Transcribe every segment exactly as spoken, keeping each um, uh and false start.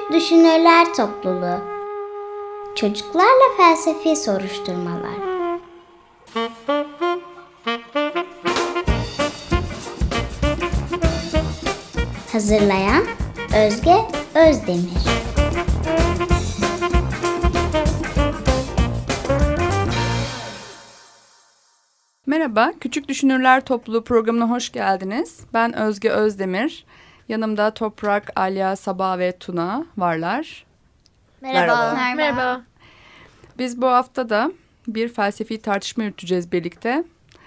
Küçük Düşünürler Topluluğu. Çocuklarla felsefi soruşturmalar. Hazırlayan Özge Özdemir. Merhaba, Küçük Düşünürler Topluluğu programına hoş geldiniz. Ben Özge Özdemir. Yanımda Toprak, Alya, Sabah ve Tuna varlar. Merhaba. Merhaba. Merhaba. Biz bu hafta da bir felsefi tartışma yürüteceğiz birlikte.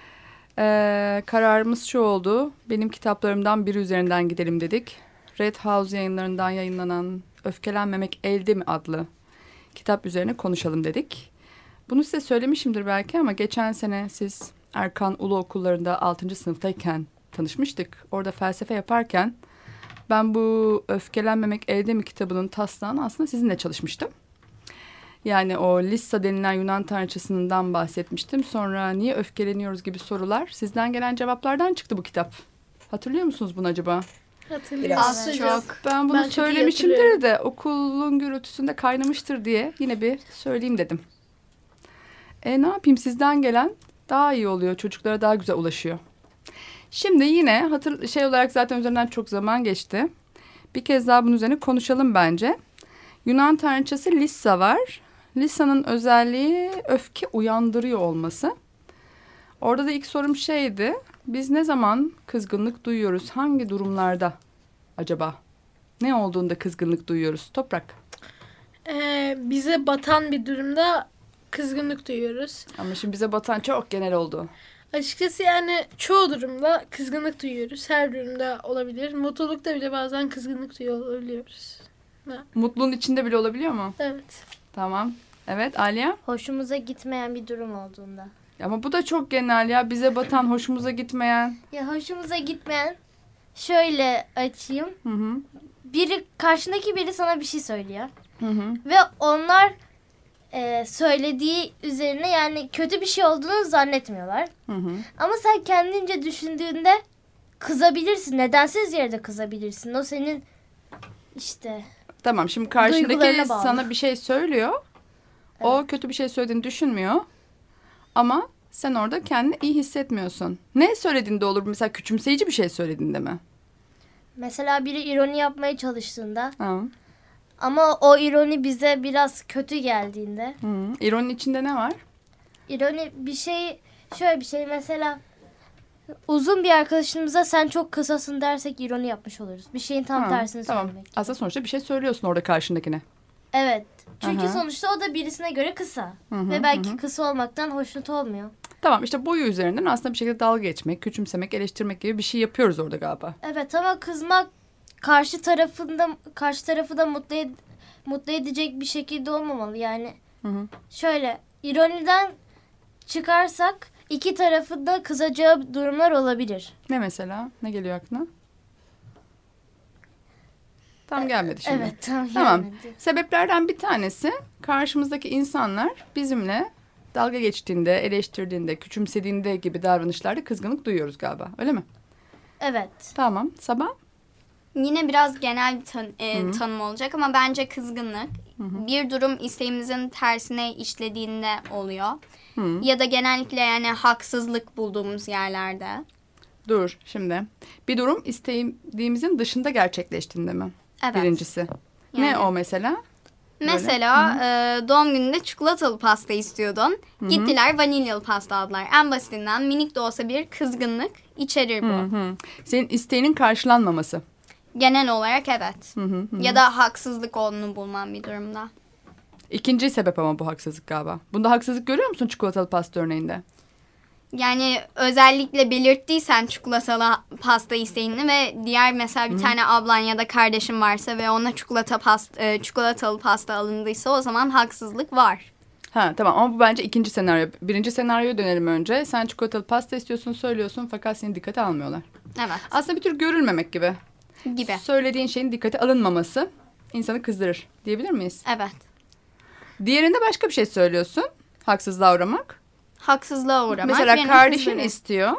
Ee, kararımız şu oldu. Benim kitaplarımdan biri üzerinden gidelim dedik. Red House yayınlarından yayınlanan Öfkelenmemek Elde mi adlı kitap üzerine konuşalım dedik. Bunu size söylemişimdir belki ama geçen sene siz Erkan Ulu Okulları'nda altıncı sınıftayken tanışmıştık. Orada felsefe yaparken ben bu Öfkelenmemek Elde mi kitabının taslağını aslında sizinle çalışmıştım. Yani o Lissa denilen Yunan tanrıçasından bahsetmiştim. Sonra niye öfkeleniyoruz gibi sorular sizden gelen cevaplardan çıktı bu kitap. Hatırlıyor musunuz bunu acaba? Hatırlıyorum. Az çok. Ben bunu Ben çok iyi söylemişimdir de okulun gürültüsünde kaynamıştır diye yine bir söyleyeyim dedim. E ne yapayım, sizden gelen daha iyi oluyor. Çocuklara daha güzel ulaşıyor. Şimdi yine hatır şey olarak zaten üzerinden çok zaman geçti. Bir kez daha bunun üzerine konuşalım bence. Yunan tanrıçası Lissa var. Lissa'nın özelliği öfke uyandırıyor olması. Orada da ilk sorum şeydi. Biz ne zaman kızgınlık duyuyoruz? Hangi durumlarda acaba? Ne olduğunda kızgınlık duyuyoruz? Toprak. Ee, bize batan bir durumda kızgınlık duyuyoruz. Ama şimdi bize batan çok genel oldu. Açıkçası yani çoğu durumda kızgınlık duyuyoruz. Her durumda olabilir. Mutlulukta bile bazen kızgınlık duyuyor olabiliyoruz. Ha. Mutluluğun içinde bile olabiliyor mu? Evet. Tamam. Evet Alya? Hoşumuza gitmeyen bir durum olduğunda. Ama bu da çok genel ya. Bize batan, hoşumuza gitmeyen. Ya hoşumuza gitmeyen, şöyle açayım. Hı hı. Biri, karşındaki biri sana bir şey söylüyor. Hı hı. Ve onlar e, söylediği üzerine yani kötü bir şey olduğunu zannetmiyorlar. Hı hı. Ama sen kendince düşündüğünde kızabilirsin. Nedensiz yerde kızabilirsin. O senin işte... Tamam, şimdi karşındaki Duygularına bağlı. sana bir şey söylüyor. Evet. O kötü bir şey söylediğini düşünmüyor. Ama sen orada kendini iyi hissetmiyorsun. Ne söylediğinde olur? Mesela küçümseyici bir şey söylediğinde mi? Mesela biri ironi yapmaya çalıştığında. Ha. Ama o ironi bize biraz kötü geldiğinde. Hı. İroninin içinde ne var? İroni bir şey, şöyle bir şey mesela uzun bir arkadaşımıza sen çok kısasın dersek ironi yapmış oluruz. Bir şeyin tam Ha, tersini tamam. söylemek gibi. Aslında sonuçta bir şey söylüyorsun orada karşındakine. Evet. Çünkü Aha. sonuçta o da birisine göre kısa. Hı hı, Ve belki hı. kısa olmaktan hoşnut olmuyor. Tamam, işte boyu üzerinden aslında bir şekilde dalga geçmek, küçümsemek, eleştirmek gibi bir şey yapıyoruz orada galiba. Evet ama kızmak karşı tarafında karşı tarafı da mutlu ed- mutlu edecek bir şekilde olmamalı. Yani Hı hı. şöyle ironiden çıkarsak iki tarafın da kızacağı durumlar olabilir. Ne mesela? Ne geliyor aklına? Tam gelmedi şimdi. Evet, tam Tamam. gelmedi. Sebeplerden bir tanesi karşımızdaki insanlar bizimle dalga geçtiğinde, eleştirdiğinde, küçümsediğinde gibi davranışlarda kızgınlık duyuyoruz galiba. Öyle mi? Evet. Tamam. Sabah? Yine biraz genel bir tan- e, Hı. tanım olacak ama bence kızgınlık hı. bir durum isteğimizin tersine işlediğinde oluyor. Hı. Ya da genellikle yani haksızlık bulduğumuz yerlerde. Dur şimdi. Bir durum istediğimizin dışında gerçekleştiğinde mi? Evet. Birincisi. Ne Yani. o mesela? Mesela e, doğum gününde çikolatalı pasta istiyordun. Hı-hı. Gittiler vanilyalı pasta aldılar. En basitinden minik de olsa bir kızgınlık içerir bu. Hı hı. Senin isteğinin karşılanmaması. Genel olarak evet. Hı hı hı. Ya da haksızlık olduğunu bulmam bir durumda. İkinci sebep ama bu haksızlık galiba. Bunda haksızlık görüyor musun çikolatalı pasta örneğinde? Yani özellikle belirttiysen çikolatalı pasta isteğini ve diğer mesela bir Hı. tane ablan ya da kardeşin varsa ve ona çikolata pasta, e, çikolatalı pasta alındıysa o zaman haksızlık var. Ha tamam, ama bu bence ikinci senaryo. Birinci senaryoya dönelim önce. Sen çikolatalı pasta istiyorsun, söylüyorsun fakat seni dikkate almıyorlar. Evet. Aslında bir tür görülmemek gibi. Gibi. Söylediğin şeyin dikkate alınmaması insanı kızdırır diyebilir miyiz? Evet. Diğerinde başka bir şey söylüyorsun. Haksızlığa uğramak. Haksızlığa uğramak. Mesela beni kardeşin kızdırır. istiyor.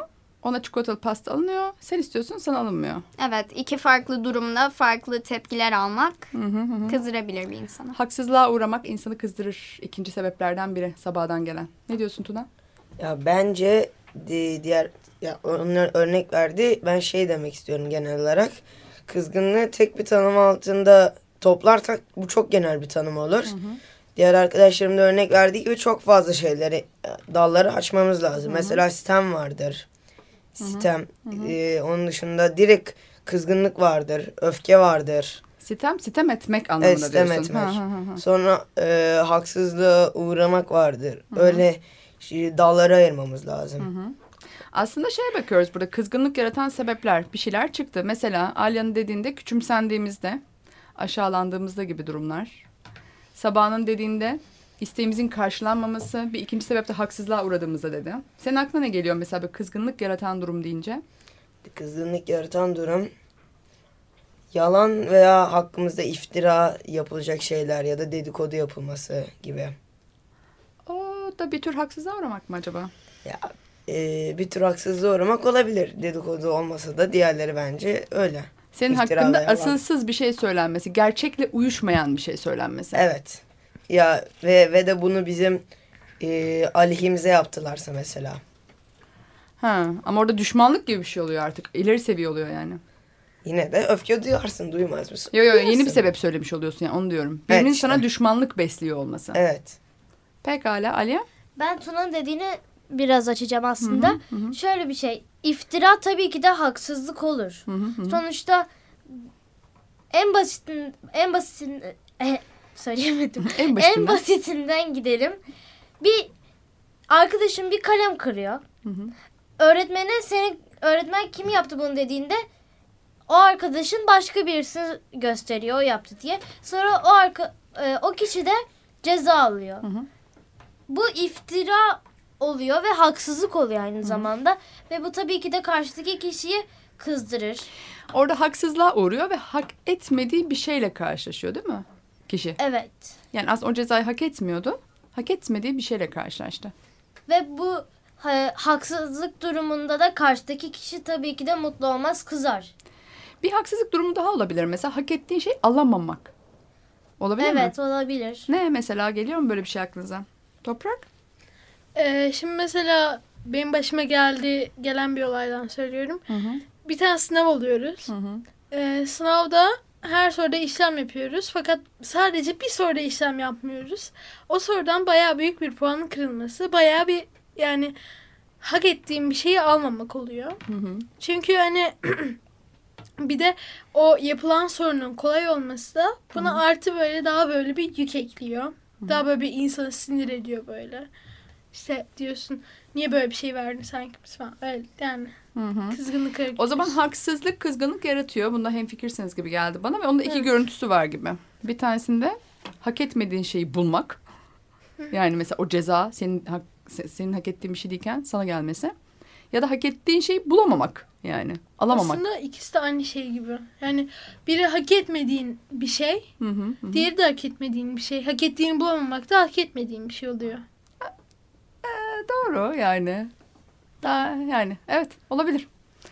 Ona çikolatalı pasta alınıyor. Sen istiyorsun, sana alınmıyor. Evet, iki farklı durumda farklı tepkiler almak Hı hı hı. kızdırabilir bir insanı. Haksızlığa uğramak insanı kızdırır. İkinci sebeplerden biri sabahdan gelen. Ne diyorsun Tuna? Ya bence di- diğer ya onlar örnek verdi. Ben şey demek istiyorum genel olarak. Kızgınlığı tek bir tanım altında toplarsak bu çok genel bir tanım olur. Hı hı. Diğer arkadaşlarım da örnek verdiği gibi çok fazla şeyleri, dalları açmamız lazım. Hı hı. Mesela sitem vardır. Sitem. Hı hı. Ee, onun dışında direkt kızgınlık vardır. Öfke vardır. Sitem, sitem etmek anlamında evet, sitem diyorsun. etmek. Ha, ha, ha. Sonra e, haksızlığa uğramak vardır. Hı hı. Öyle şey, dallara ayırmamız lazım. Hı hı. Aslında şeye bakıyoruz burada, kızgınlık yaratan sebepler, bir şeyler çıktı. Mesela Alya'nın dediğinde küçümsendiğimizde, aşağılandığımızda gibi durumlar. Sabah'ın dediğinde isteğimizin karşılanmaması, bir ikinci sebep de haksızlığa uğradığımızda dedi. Senin aklına ne geliyor mesela bir kızgınlık yaratan durum deyince? Kızgınlık yaratan durum, yalan veya hakkımızda iftira yapılacak şeyler ya da dedikodu yapılması gibi. O da bir tür haksızlığa uğramak mı acaba? Ya e, bir tür haksızlığa uğramak olabilir. Dedikodu olmasa da diğerleri bence öyle. Senin İftira hakkında yalan. asılsız bir şey söylenmesi, gerçekle uyuşmayan bir şey söylenmesi. Evet. Ya ve ve de bunu bizim e, aleyhimize yaptılarsa mesela. Ha, ama orada düşmanlık gibi bir şey oluyor artık. İleri seviye oluyor yani. Yine de öfke duyarsın, duymaz mısın? Yok yok, yeni Duyarsın. bir sebep söylemiş oluyorsun yani, onu diyorum. Evet, Birinin işte. sana düşmanlık besliyor olması. Evet. Pekala Aliye. Ben Tuna'nın dediğini biraz açacağım aslında. Hı hı, hı. Şöyle bir şey. İftira tabii ki de haksızlık olur. Hı hı, hı. Sonuçta en basitin en basitin eh, söyleyemedim. En basitinden. En basitinden gidelim. Bir arkadaşım bir kalem kırıyor. Hı hı. Öğretmene senin öğretmen kim yaptı bunu dediğinde o arkadaşın başka birisini gösteriyor, o yaptı diye. Sonra o arka, e, o kişi de ceza alıyor. Hı hı. Bu iftira oluyor ve haksızlık oluyor aynı zamanda. Ve bu tabii ki de karşıdaki kişiyi kızdırır. Orada haksızlığa uğruyor ve hak etmediği bir şeyle karşılaşıyor değil mi kişi? Evet. Yani aslında o cezayı hak etmiyordu. Hak etmediği bir şeyle karşılaştı. Ve bu ha, haksızlık durumunda da karşıdaki kişi tabii ki de mutlu olmaz, kızar. Bir haksızlık durumu daha olabilir. Mesela hak ettiğin şey alamamak. Olabilir mi? Evet, olabilir. Ne mesela, geliyor mu böyle bir şey aklınıza? Toprak? Ee, şimdi mesela benim başıma geldi gelen bir olaydan söylüyorum. Hı hı. Bir tane sınav oluyoruz. Hı hı. Ee, sınavda her soruda işlem yapıyoruz. Fakat sadece bir soruda işlem yapmıyoruz. O sorudan bayağı büyük bir puanın kırılması. Bayağı bir yani hak ettiğim bir şeyi almamak oluyor. Hı hı. Çünkü hani bir de o yapılan sorunun kolay olması da buna Hı-hı. artı böyle daha böyle bir yük ekliyor. Hı-hı. Daha böyle bir insanı sinir ediyor böyle. İşte diyorsun niye böyle bir şey verdin sanki falan. Öyle yani Hı-hı. kızgınlık hareketi. O zaman haksızlık kızgınlık yaratıyor. Bunda hemfikirsiniz gibi geldi bana ve onun da iki evet. görüntüsü var gibi. Bir tanesinde hak etmediğin şeyi bulmak. Hı-hı. Yani mesela o ceza senin hak, senin hak ettiğin bir şey değilken sana gelmesi. Ya da hak ettiğin şeyi bulamamak yani. Alamamak. Aslında ikisi de aynı şey gibi. Yani biri hak etmediğin bir şey. Hı hı, hı. Diğeri de hak etmediğin bir şey. Hak ettiğini bulamamak da hak etmediğin bir şey oluyor. E, doğru yani. Daha, yani evet olabilir.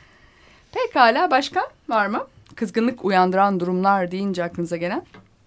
Pekala, başka var mı? Kızgınlık uyandıran durumlar deyince aklınıza gelen.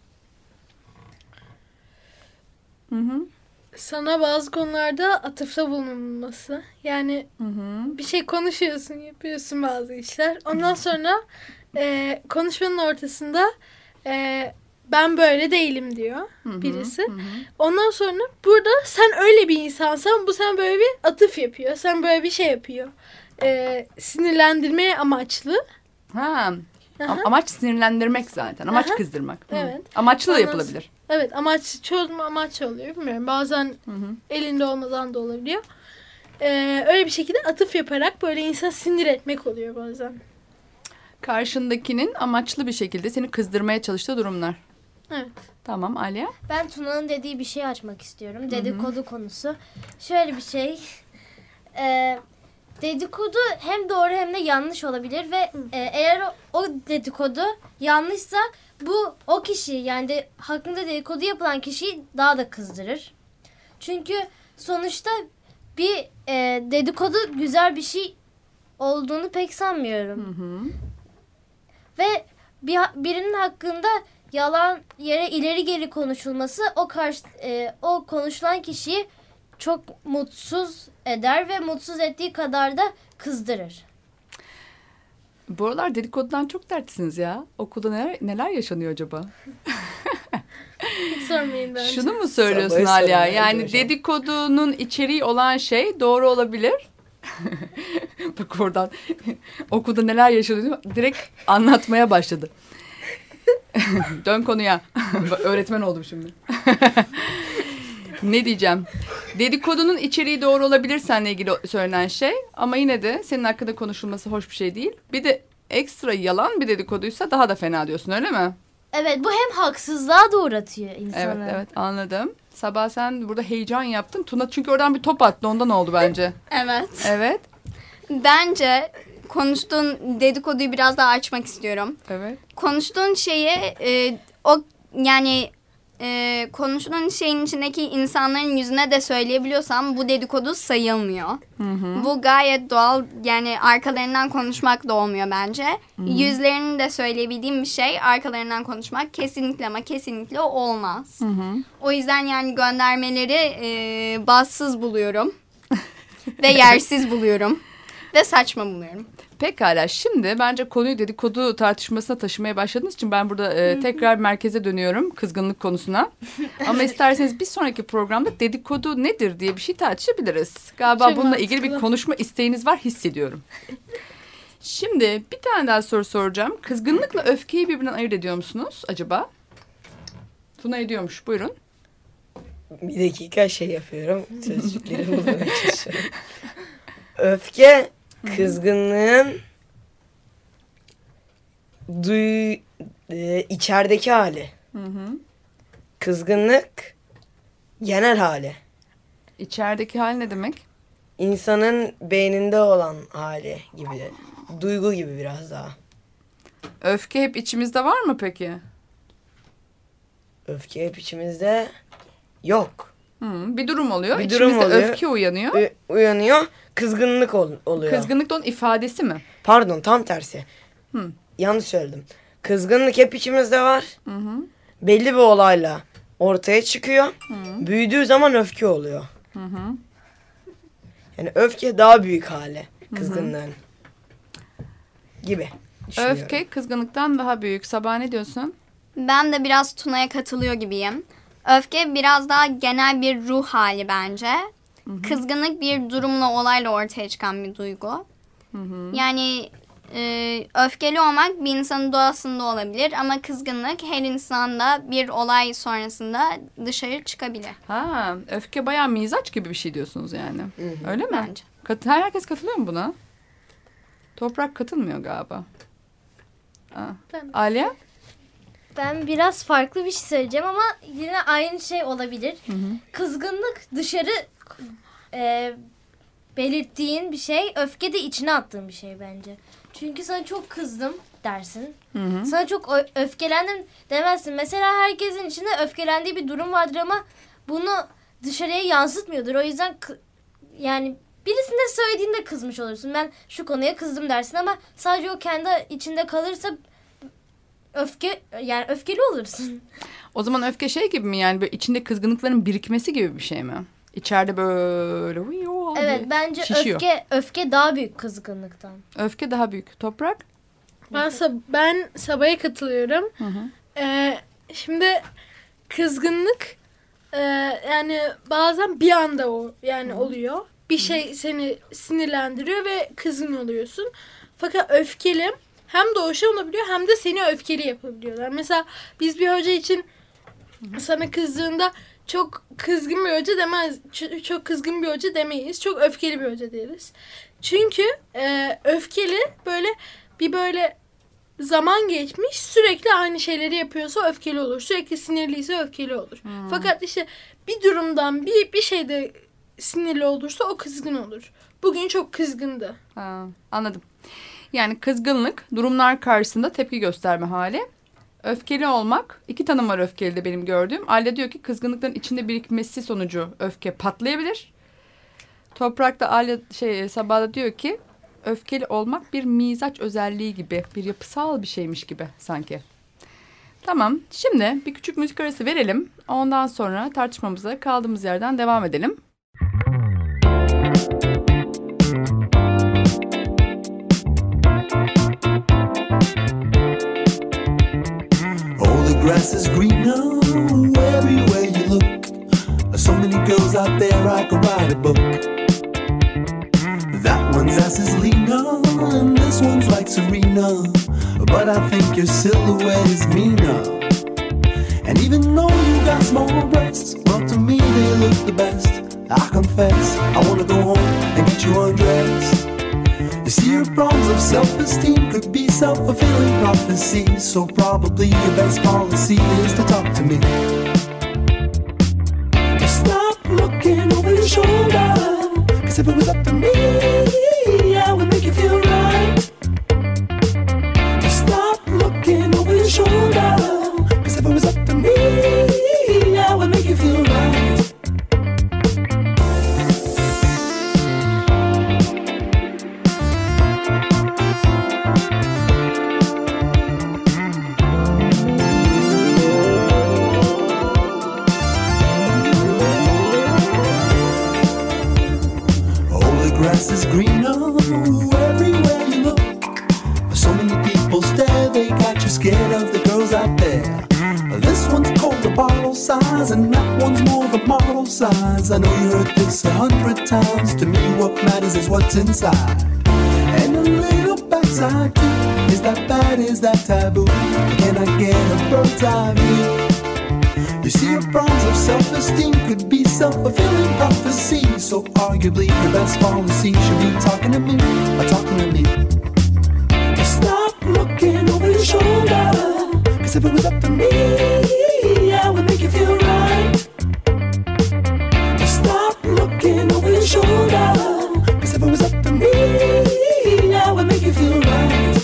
Hı hı. Sana bazı konularda atıfta bulunulması. Yani hı hı. bir şey konuşuyorsun, yapıyorsun bazı işler. Ondan sonra e, konuşmanın ortasında e, ben böyle değilim diyor hı hı. birisi. Hı hı. Ondan sonra burada sen öyle bir insansan bu sen böyle bir atıf yapıyor. Sen böyle bir şey yapıyor. E, sinirlendirmeye amaçlı. Ha. Aha. Amaç sinirlendirmek zaten. Amaç Aha. kızdırmak. Evet. Amaçlı da yapılabilir. Evet, amaç çoğu amaç oluyor bilmiyorum. Bazen hı hı. elinde olmadan da olabiliyor. Ee, öyle bir şekilde atıf yaparak böyle insan sinir etmek oluyor bazen. Karşındakinin amaçlı bir şekilde seni kızdırmaya çalıştığı durumlar. Evet. Tamam, Aliye. Ben Tuna'nın dediği bir şey açmak istiyorum. Dedikodu hı hı. konusu. Şöyle bir şey. Eee Dedikodu hem doğru hem de yanlış olabilir ve e, eğer o, o dedikodu yanlışsa bu o kişi yani de, hakkında dedikodu yapılan kişiyi daha da kızdırır. Çünkü sonuçta bir e, dedikodu güzel bir şey olduğunu pek sanmıyorum. Ve bir, birinin hakkında yalan yere ileri geri konuşulması o karşı e, o konuşulan kişiyi çok mutsuz eder ve mutsuz ettiği kadar da kızdırır. Bu aralar dedikodudan çok dertlisiniz ya. Okulda neler, neler yaşanıyor acaba? Hiç sormayın bence. Şunu mu söylüyorsun Sabahı Alya? sorun, Yani bence hocam. dedikodunun içeriği olan şey doğru olabilir. Bak oradan okulda neler yaşanıyor direkt anlatmaya başladı. Dön konuya. Bak, öğretmen oldum şimdi. Ne diyeceğim? Dedikodunun içeriği doğru olabilir seninle ilgili söylenen şey. Ama yine de senin hakkında konuşulması hoş bir şey değil. Bir de ekstra yalan bir dedikoduysa daha da fena diyorsun, öyle mi? Evet, bu hem haksızlığa da uğratıyor insanı. Evet evet anladım. Sabah sen burada heyecan yaptın. Tuna çünkü oradan bir top attı, ondan oldu bence. Evet. Evet. Bence konuştuğun dedikoduyu biraz daha açmak istiyorum. Evet. Konuştuğun şeyi e, o yani e, konuştuğun şeyin içindeki insanların yüzüne de söyleyebiliyorsam bu dedikodu sayılmıyor. Hı hı. Bu gayet doğal, yani arkalarından konuşmak da olmuyor bence. Hı hı. Yüzlerini de söyleyebildiğim bir şey, arkalarından konuşmak kesinlikle ama kesinlikle olmaz. Hı hı. O yüzden yani göndermeleri e, bassız buluyorum ve yersiz buluyorum ve saçma buluyorum. Pekala, şimdi bence konuyu dedikodu tartışmasına taşımaya başladığınız için ben burada e, tekrar merkeze dönüyorum kızgınlık konusuna. Ama isterseniz bir sonraki programda dedikodu nedir diye bir şey tartışabiliriz. Galiba Çok bununla mantıklı. ilgili bir konuşma isteğiniz var, hissediyorum. Şimdi bir tane daha soru soracağım. Kızgınlıkla öfkeyi birbirinden ayırt ediyor musunuz acaba? Tuna ediyormuş, buyurun. Bir dakika şey yapıyorum. Sözcükleri bulmaya çalışıyorum. Öfke, kızgınlığın duy, e, içerideki hali. Hı hı. Kızgınlık genel hali. İçerideki hal ne demek? İnsanın beyninde olan hali gibi. Duygu gibi biraz daha. Öfke hep içimizde var mı peki? Öfke hep içimizde yok. Hı, bir durum oluyor. Bir İçimizde durum oluyor. öfke uyanıyor. Ü- uyanıyor, kızgınlık ol- oluyor. Kızgınlık da onun ifadesi mi? Pardon, tam tersi. Hı. Yanlış söyledim. Kızgınlık hep içimizde var. Hı hı. Belli bir olayla ortaya çıkıyor. Büyüdüğü zaman öfke oluyor. Hı hı. Yani öfke daha büyük hali kızgınlığın. Gibi düşünüyorum. Öfke kızgınlıktan daha büyük. Sabah ne diyorsun? Ben de biraz Tuna'ya katılıyor gibiyim. Öfke biraz daha genel bir ruh hali bence. Kızgınlık bir durumla, olayla ortaya çıkan bir duygu. Hı hı. Yani e, öfkeli olmak bir insanın doğasında olabilir ama kızgınlık her insanda bir olay sonrasında dışarı çıkabilir Ha, öfke bayağı mizaç gibi bir şey diyorsunuz yani. Hı. Öyle mi? bence. Kat herkes katılıyor mu buna? Toprak katılmıyor galiba. Ha. Ben- Alya? Ben biraz farklı bir şey söyleyeceğim ama yine aynı şey olabilir. Hı hı. Kızgınlık dışarı e, belirttiğin bir şey, öfke de içine attığın bir şey bence. Çünkü sana çok kızdım dersin. Hı hı. Sana çok ö- öfkelendim demezsin. Mesela herkesin içinde öfkelendiği bir durum vardır ama bunu dışarıya yansıtmıyordur. O yüzden kı- yani birisine söylediğinde kızmış olursun. Ben şu konuya kızdım dersin ama sadece o kendi içinde kalırsa öfke yani öfkeli olursun. O zaman öfke şey gibi mi yani, böyle içinde kızgınlıkların birikmesi gibi bir şey mi? İçeride böyle uyuyor diye Evet, bence şişiyor. öfke öfke daha büyük kızgınlıktan. Öfke daha büyük. Toprak? Ben, sab- ben Sabah'a katılıyorum. Hı hı. Ee, şimdi kızgınlık e, yani bazen bir anda o yani oluyor. Bir şey seni sinirlendiriyor ve kızgın oluyorsun. Fakat öfkeli hem doğuştan olabiliyor hem de seni öfkeli yapabiliyorlar. Mesela biz bir hoca için sana kızdığında çok kızgın bir hoca demez. ç- Çok kızgın bir hoca demeyiz. Çok öfkeli bir hoca deriz. Çünkü e, öfkeli böyle bir böyle zaman geçmiş sürekli aynı şeyleri yapıyorsa öfkeli olur. Sürekli sinirliyse öfkeli olur. Fakat işte bir durumdan bir bir şeyde sinirli olursa o kızgın olur. Bugün çok kızgındı. Ha, anladım. Yani kızgınlık durumlar karşısında tepki gösterme hali. Öfkeli olmak, iki tanım var öfkeli de benim gördüğüm. Aile diyor ki kızgınlıkların içinde birikmesi sonucu öfke patlayabilir. Toprak da Aile şey Sabah da diyor ki öfkeli olmak bir mizaç özelliği gibi, bir yapısal bir şeymiş gibi sanki. Tamam, şimdi bir küçük müzik arası verelim. Ondan sonra tartışmamıza kaldığımız yerden devam edelim. Oh, the grass is greener everywhere you look. So many girls out there, I could write a book. That one's ass is leaner, and this one's like Serena. But I think your silhouette is meaner. And even though you got small breasts, well, to me they look the best. I confess, I wanna go home and get you undressed. You see, your problems of self-esteem could be self-fulfilling prophecies. So probably your best policy is to talk to me. Stop looking over your shoulder, 'cause if it was up to me, I would make you feel right. Stop looking over your shoulder, 'cause if it was up to me, I would make you feel right. Grass is greener everywhere you look. So many people stare, they got you scared of the girls out there. This one's called the bottle size, and that one's more the model size. I know you heard this a hundred times. To me what matters is what's inside. And a little backside too. Is that bad, is that taboo? Can I get a bird's eye view? You see, your problems of self-esteem could be self-fulfilling prophecy. So arguably your best policy should be talking to me, or talking to me. Stop looking over your shoulder, 'cause if it was up to me, I would make you feel right. Stop looking over your shoulder, 'cause if it was up to me, I would make you feel right.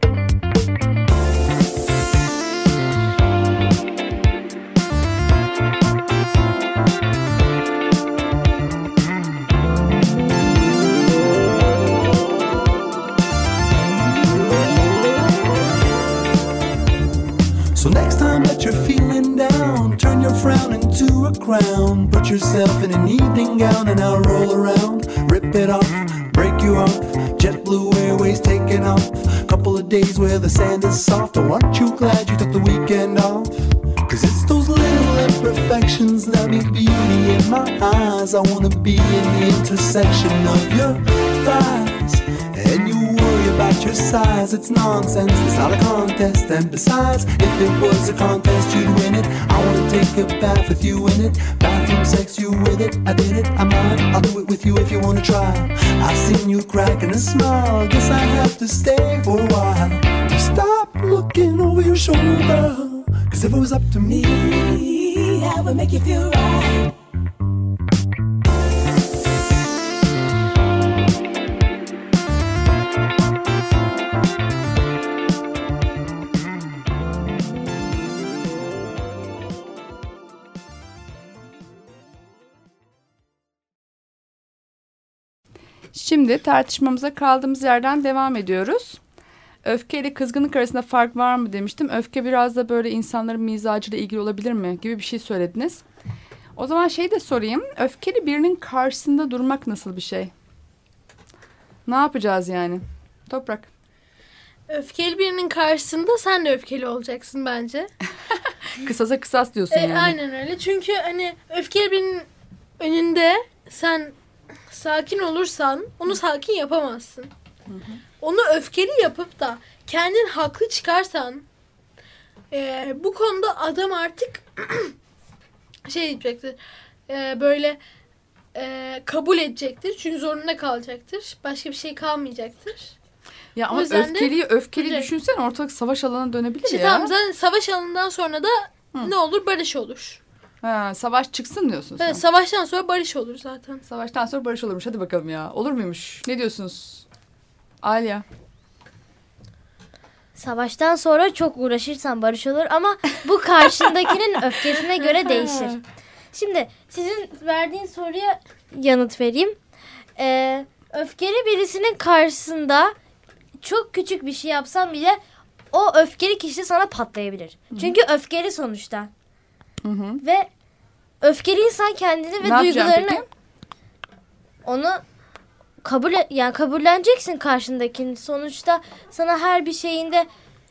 So next time that you're feeling down, turn your frown into a crown. Put yourself in an evening gown and I'll roll around. Rip it off, break you off. JetBlue Airways taking off. Couple of days where the sand is soft. Oh, aren't you glad you took the weekend off? 'Cause it's those little imperfections that make beauty in my eyes. I wanna be in the intersection of your thighs. And you worry about your size, it's nonsense, it's not a contest. And besides, if it was a contest, you'd win it. I wanna take a bath with you in it. Bathroom sex, you with it, I did it, I might. I'll do it with you if you wanna try. I've seen you cracking a smile, guess I have to stay for a while. Stop looking over your shoulder, 'cause if it was up to me, I would make you feel right. Şimdi tartışmamıza kaldığımız yerden devam ediyoruz. Öfke ile kızgınlık arasında fark var mı demiştim. Öfke biraz da böyle insanların mizacıyla ilgili olabilir mi gibi bir şey söylediniz. O zaman şey de sorayım. Öfkeli birinin karşısında durmak nasıl bir şey? Ne yapacağız yani? Toprak. Öfkeli birinin karşısında sen de öfkeli olacaksın bence. Kısasa kısas diyorsun e, yani. Aynen öyle. Çünkü hani öfkeli birinin önünde sen sakin olursan onu sakin yapamazsın. Hı hı. Onu öfkeli yapıp da kendin haklı çıkarsan e, bu konuda adam artık şey diyecektir. E, böyle e, kabul edecektir. Çünkü zorunda kalacaktır. Başka bir şey kalmayacaktır. Ya ama öfkeliyi öfkeli direkt düşünsen ortalık savaş alanına dönebilir işte ya. Tamam, zaten savaş alanından sonra da Hı. ne olur? Barış olur. Ha, savaş çıksın diyorsun sen. Evet, savaştan sonra barış olur zaten. Savaştan sonra barış olurmuş. Hadi bakalım ya. Olur muymuş? Ne diyorsunuz? Alya. Savaştan sonra çok uğraşırsan barış olur ama bu karşındakinin öfkesine göre değişir. Şimdi sizin verdiğin soruya yanıt vereyim. Ee, öfkeli birisinin karşısında çok küçük bir şey yapsan bile o öfkeli kişi sana patlayabilir. Hı-hı. Çünkü öfkeli sonuçta. Hı-hı. Ve öfkeli insan kendini ve ne duygularını onu kabul yani kabulleneceksin karşındakinin. Sonuçta sana her bir şeyinde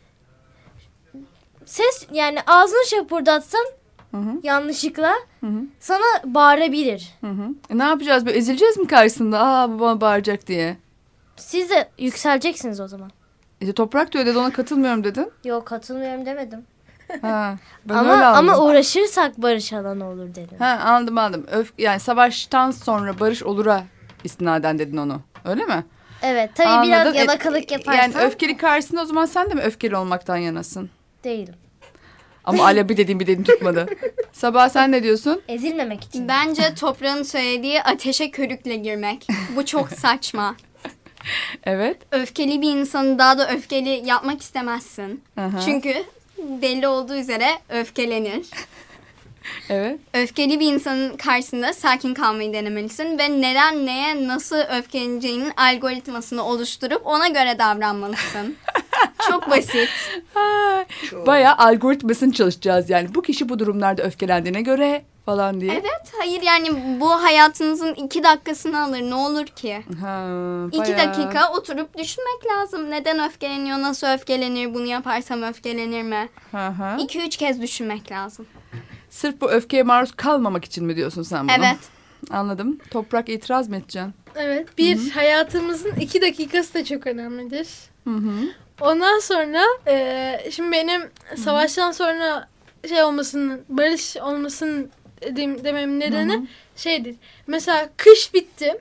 ses yani ağzını şapurdatsan hı hı. yanlışlıkla hı hı. sana bağırabilir. Hı hı. E ne yapacağız? Böyle ezileceğiz mi karşısında? Aa bu bana bağıracak diye. Siz de yükseleceksiniz o zaman. İşte Toprak diyor dedi, ona katılmıyorum dedin. Yok, katılmıyorum demedim. Ha, ben ama öyle ama uğraşırsak barış alanı olur dedim. Ha, anladım anladım. Öf, yani savaştan sonra barış olura istinaden dedin onu. Öyle mi? Evet, tabii anladım. Biraz yalakalık yaparsan. Yani öfkeli karşısında o zaman sen de mi öfkeli olmaktan yanasın? Değilim. Ama Ala bir dediğim bir dediğim tutmadı. Sabah sen ne diyorsun? Ezilmemek için. Bence Toprağın söylediği ateşe körükle girmek. Bu çok saçma. Evet. Öfkeli bir insanı daha da öfkeli yapmak istemezsin. Aha. Çünkü belli olduğu üzere öfkelenir. Evet. Öfkeli bir insanın karşısında sakin kalmayı denemelisin ve neden neye nasıl öfkeleneceğinin algoritmasını oluşturup ona göre davranmalısın. Çok basit. Bayağı algoritmasını çalışacağız yani. Bu kişi bu durumlarda öfkelendiğine göre falan diye. Evet, hayır yani bu hayatınızın iki dakikasını alır, ne olur ki? Ha, iki dakika oturup düşünmek lazım. Neden öfkeleniyor, nasıl öfkelenir, bunu yaparsam öfkelenir mi? Hı iki üç kez düşünmek lazım. Sırf bu öfkeye maruz kalmamak için mi diyorsun sen bunu? Evet. Anladım. Toprak, itiraz mı edeceksin? Evet. Bir, Hı-hı. hayatımızın iki dakikası da çok önemlidir. Hı-hı. Ondan sonra e, şimdi benim savaştan Hı-hı. sonra şey olmasının, barış olmasının dediğim, dememin nedeni Hı-hı. şeydir. Mesela kış bitti.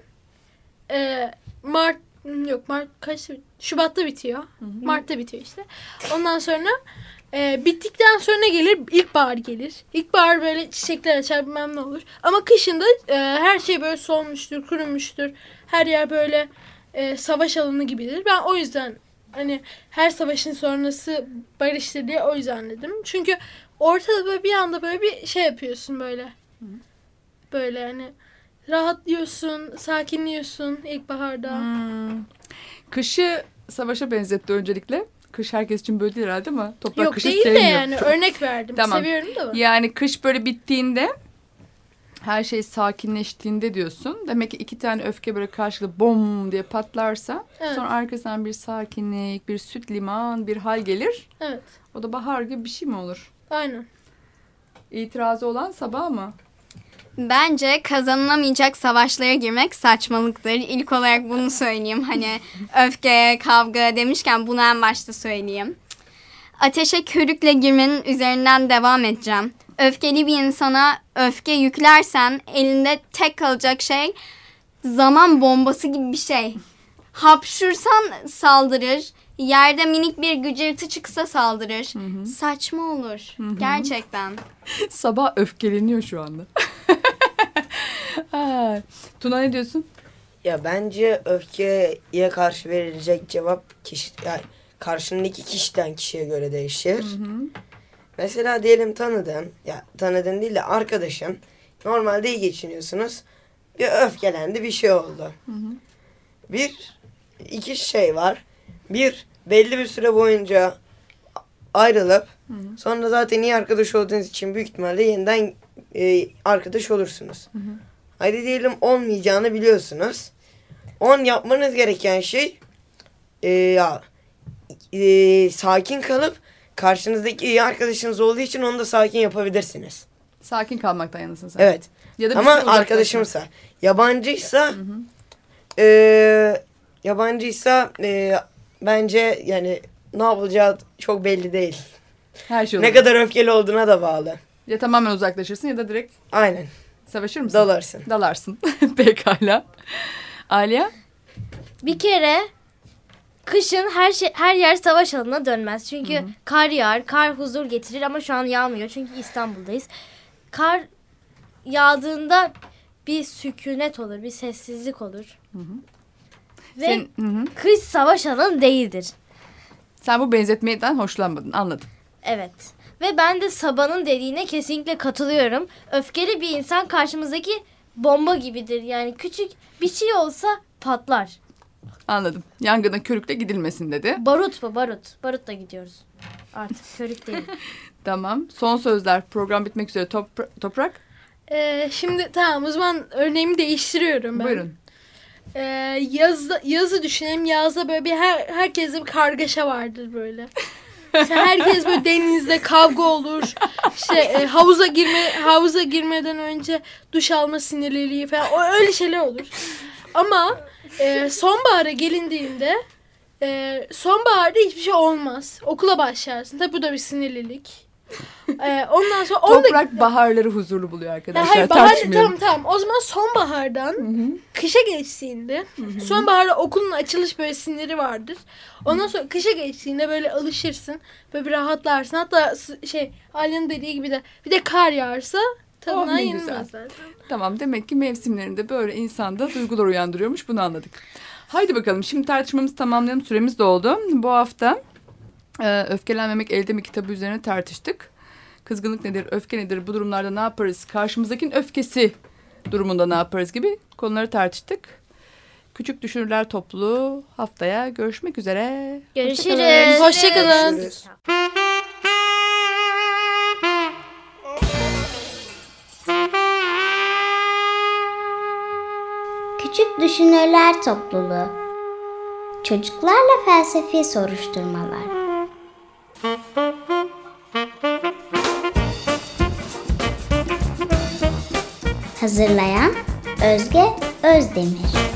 E, Mart yok Mart kaç Şubat'ta bitiyor. Hı-hı. Mart'ta bitiyor işte. Ondan sonra e, bittikten sonra gelir ilkbahar gelir. İlkbahar böyle çiçekler açar, bilmem ne olur. Ama kışında e, her şey böyle solmuştur, kurumuştur. Her yer böyle e, savaş alanı gibidir. Ben o yüzden hani her savaşın sonrası barıştır diye o yüzden dedim. Çünkü ortada böyle bir anda böyle bir şey yapıyorsun böyle. Hı. Böyle hani rahatlıyorsun, sakinliyorsun ilkbaharda. Hmm. Kışı savaşa benzetti öncelikle. Kış herkes için böyle değil herhalde ama Toprak Yok, kışı değil sevmiyor. de yani örnek verdim. Tamam. Seviyorum da. Yani kış böyle bittiğinde her şey sakinleştiğinde diyorsun. Demek ki iki tane öfke böyle karşılıklı bom diye patlarsa evet. Sonra arkasından bir sakinlik, bir süt liman, bir hal gelir. Evet. O da bahar gibi bir şey mi olur? Aynen. İtirazı olan Sabah mı? Bence kazanılamayacak savaşlara girmek saçmalıktır. İlk olarak bunu söyleyeyim. Hani öfke, kavga demişken bunu en başta söyleyeyim. Ateşe körükle girmenin üzerinden devam edeceğim. Öfkeli bir insana öfke yüklersen elinde tek kalacak şey zaman bombası gibi bir şey. Hapşursan saldırır. Yerde minik bir gıcırtı çıksa saldırır. Hı hı. Saçma olur. Hı hı. Gerçekten. Sabah öfkeleniyor şu anda. Tuna ne diyorsun? Ya bence öfkeye karşı verilecek cevap kişi, yani karşındaki kişiden kişiye göre değişir. Hı hı. Mesela diyelim tanıdığın, ya tanıdığın değil de arkadaşın, normalde iyi geçiniyorsunuz. Bir öfkelendi, bir şey oldu. Hı hı. Bir, iki şey var. Bir, belli bir süre boyunca ayrılıp hı hı. sonra zaten iyi arkadaş olduğunuz için büyük ihtimalle yeniden e, arkadaş olursunuz. Hı hı. Hadi diyelim olmayacağını biliyorsunuz. On yapmanız gereken şey e, ya e, sakin kalıp karşınızdaki iyi arkadaşınız olduğu için onu da sakin yapabilirsiniz. Sakin kalmaktan yanasın sen. Evet. Ya da ama arkadaşımsa, yabancıysa hı hı. E, yabancıysa e, bence yani ne yapılacağı çok belli değil. Her şey olur. Ne kadar öfkeli olduğuna da bağlı. Ya tamamen uzaklaşırsın ya da direkt aynen. Savaşır mısın? Dalarsın. Dalarsın. Pekala. Aliye? Bir kere kışın her şey her yer savaş alanına dönmez. Çünkü Hı-hı. kar yağar, kar huzur getirir ama şu an yağmıyor. Çünkü İstanbul'dayız. Kar yağdığında bir sükunet olur, bir sessizlik olur. Hı-hı. Ve Sen, hı-hı. kış savaş alanı değildir. Sen bu benzetmeden hoşlanmadın, anladım. Evet. Ve ben de Sabah'ın dediğine kesinlikle katılıyorum. Öfkeli bir insan karşımızdaki bomba gibidir. Yani küçük bir şey olsa patlar. Anladım. Yangına körükle gidilmesin dedi. Barut bu barut. Barutla gidiyoruz. Artık körük değil. Tamam. Son sözler. Program bitmek üzere. Topra- toprak. Ee, şimdi tamam o zaman örneğimi değiştiriyorum ben. Buyurun. Ee, yazı, yazı düşünelim. Yazda böyle bir her, herkeste bir kargaşa vardır böyle. İşte herkes böyle denizde kavga olur. İşte e, havuza girme havuza girmeden önce duş alma sinirliliği falan. O öyle şeyler olur. Ama e, sonbahara gelindiğinde e, sonbaharda hiçbir şey olmaz. Okula başlarsın. Tabii bu da bir sinirlilik. E, ondan sonra on Toprak dakika- baharları huzurlu buluyor arkadaşlar. Hayır, bahar, Tartışmıyorum. tamam tamam. O zaman sonbahardan kışa geçtiğinde sonbaharda okulun açılış böyle siniri vardır. Ondan sonra kışa geçtiğinde böyle alışırsın. Böyle bir rahatlarsın. Hatta s- şey Alya'nın dediği gibi de bir de kar yağarsa tadından Oh, ne yenilmez güzel. zaten. Tamam, demek ki mevsimlerinde böyle insanda duygular uyandırıyormuş, bunu anladık. Haydi bakalım, şimdi tartışmamızı tamamlayalım, süremiz doldu. Bu hafta e, Öfkelenmemek Elde Mi kitabı üzerine tartıştık. Kızgınlık nedir, öfke nedir, bu durumlarda ne yaparız, karşımızdakinin öfkesi durumunda ne yaparız gibi konuları tartıştık. Küçük Düşünürler Topluluğu haftaya görüşmek üzere. Görüşürüz. Hoşçakalın. Görüşürüz. Küçük Düşünürler Topluluğu. Çocuklarla felsefi soruşturmalar. Hazırlayan Özge Özdemir.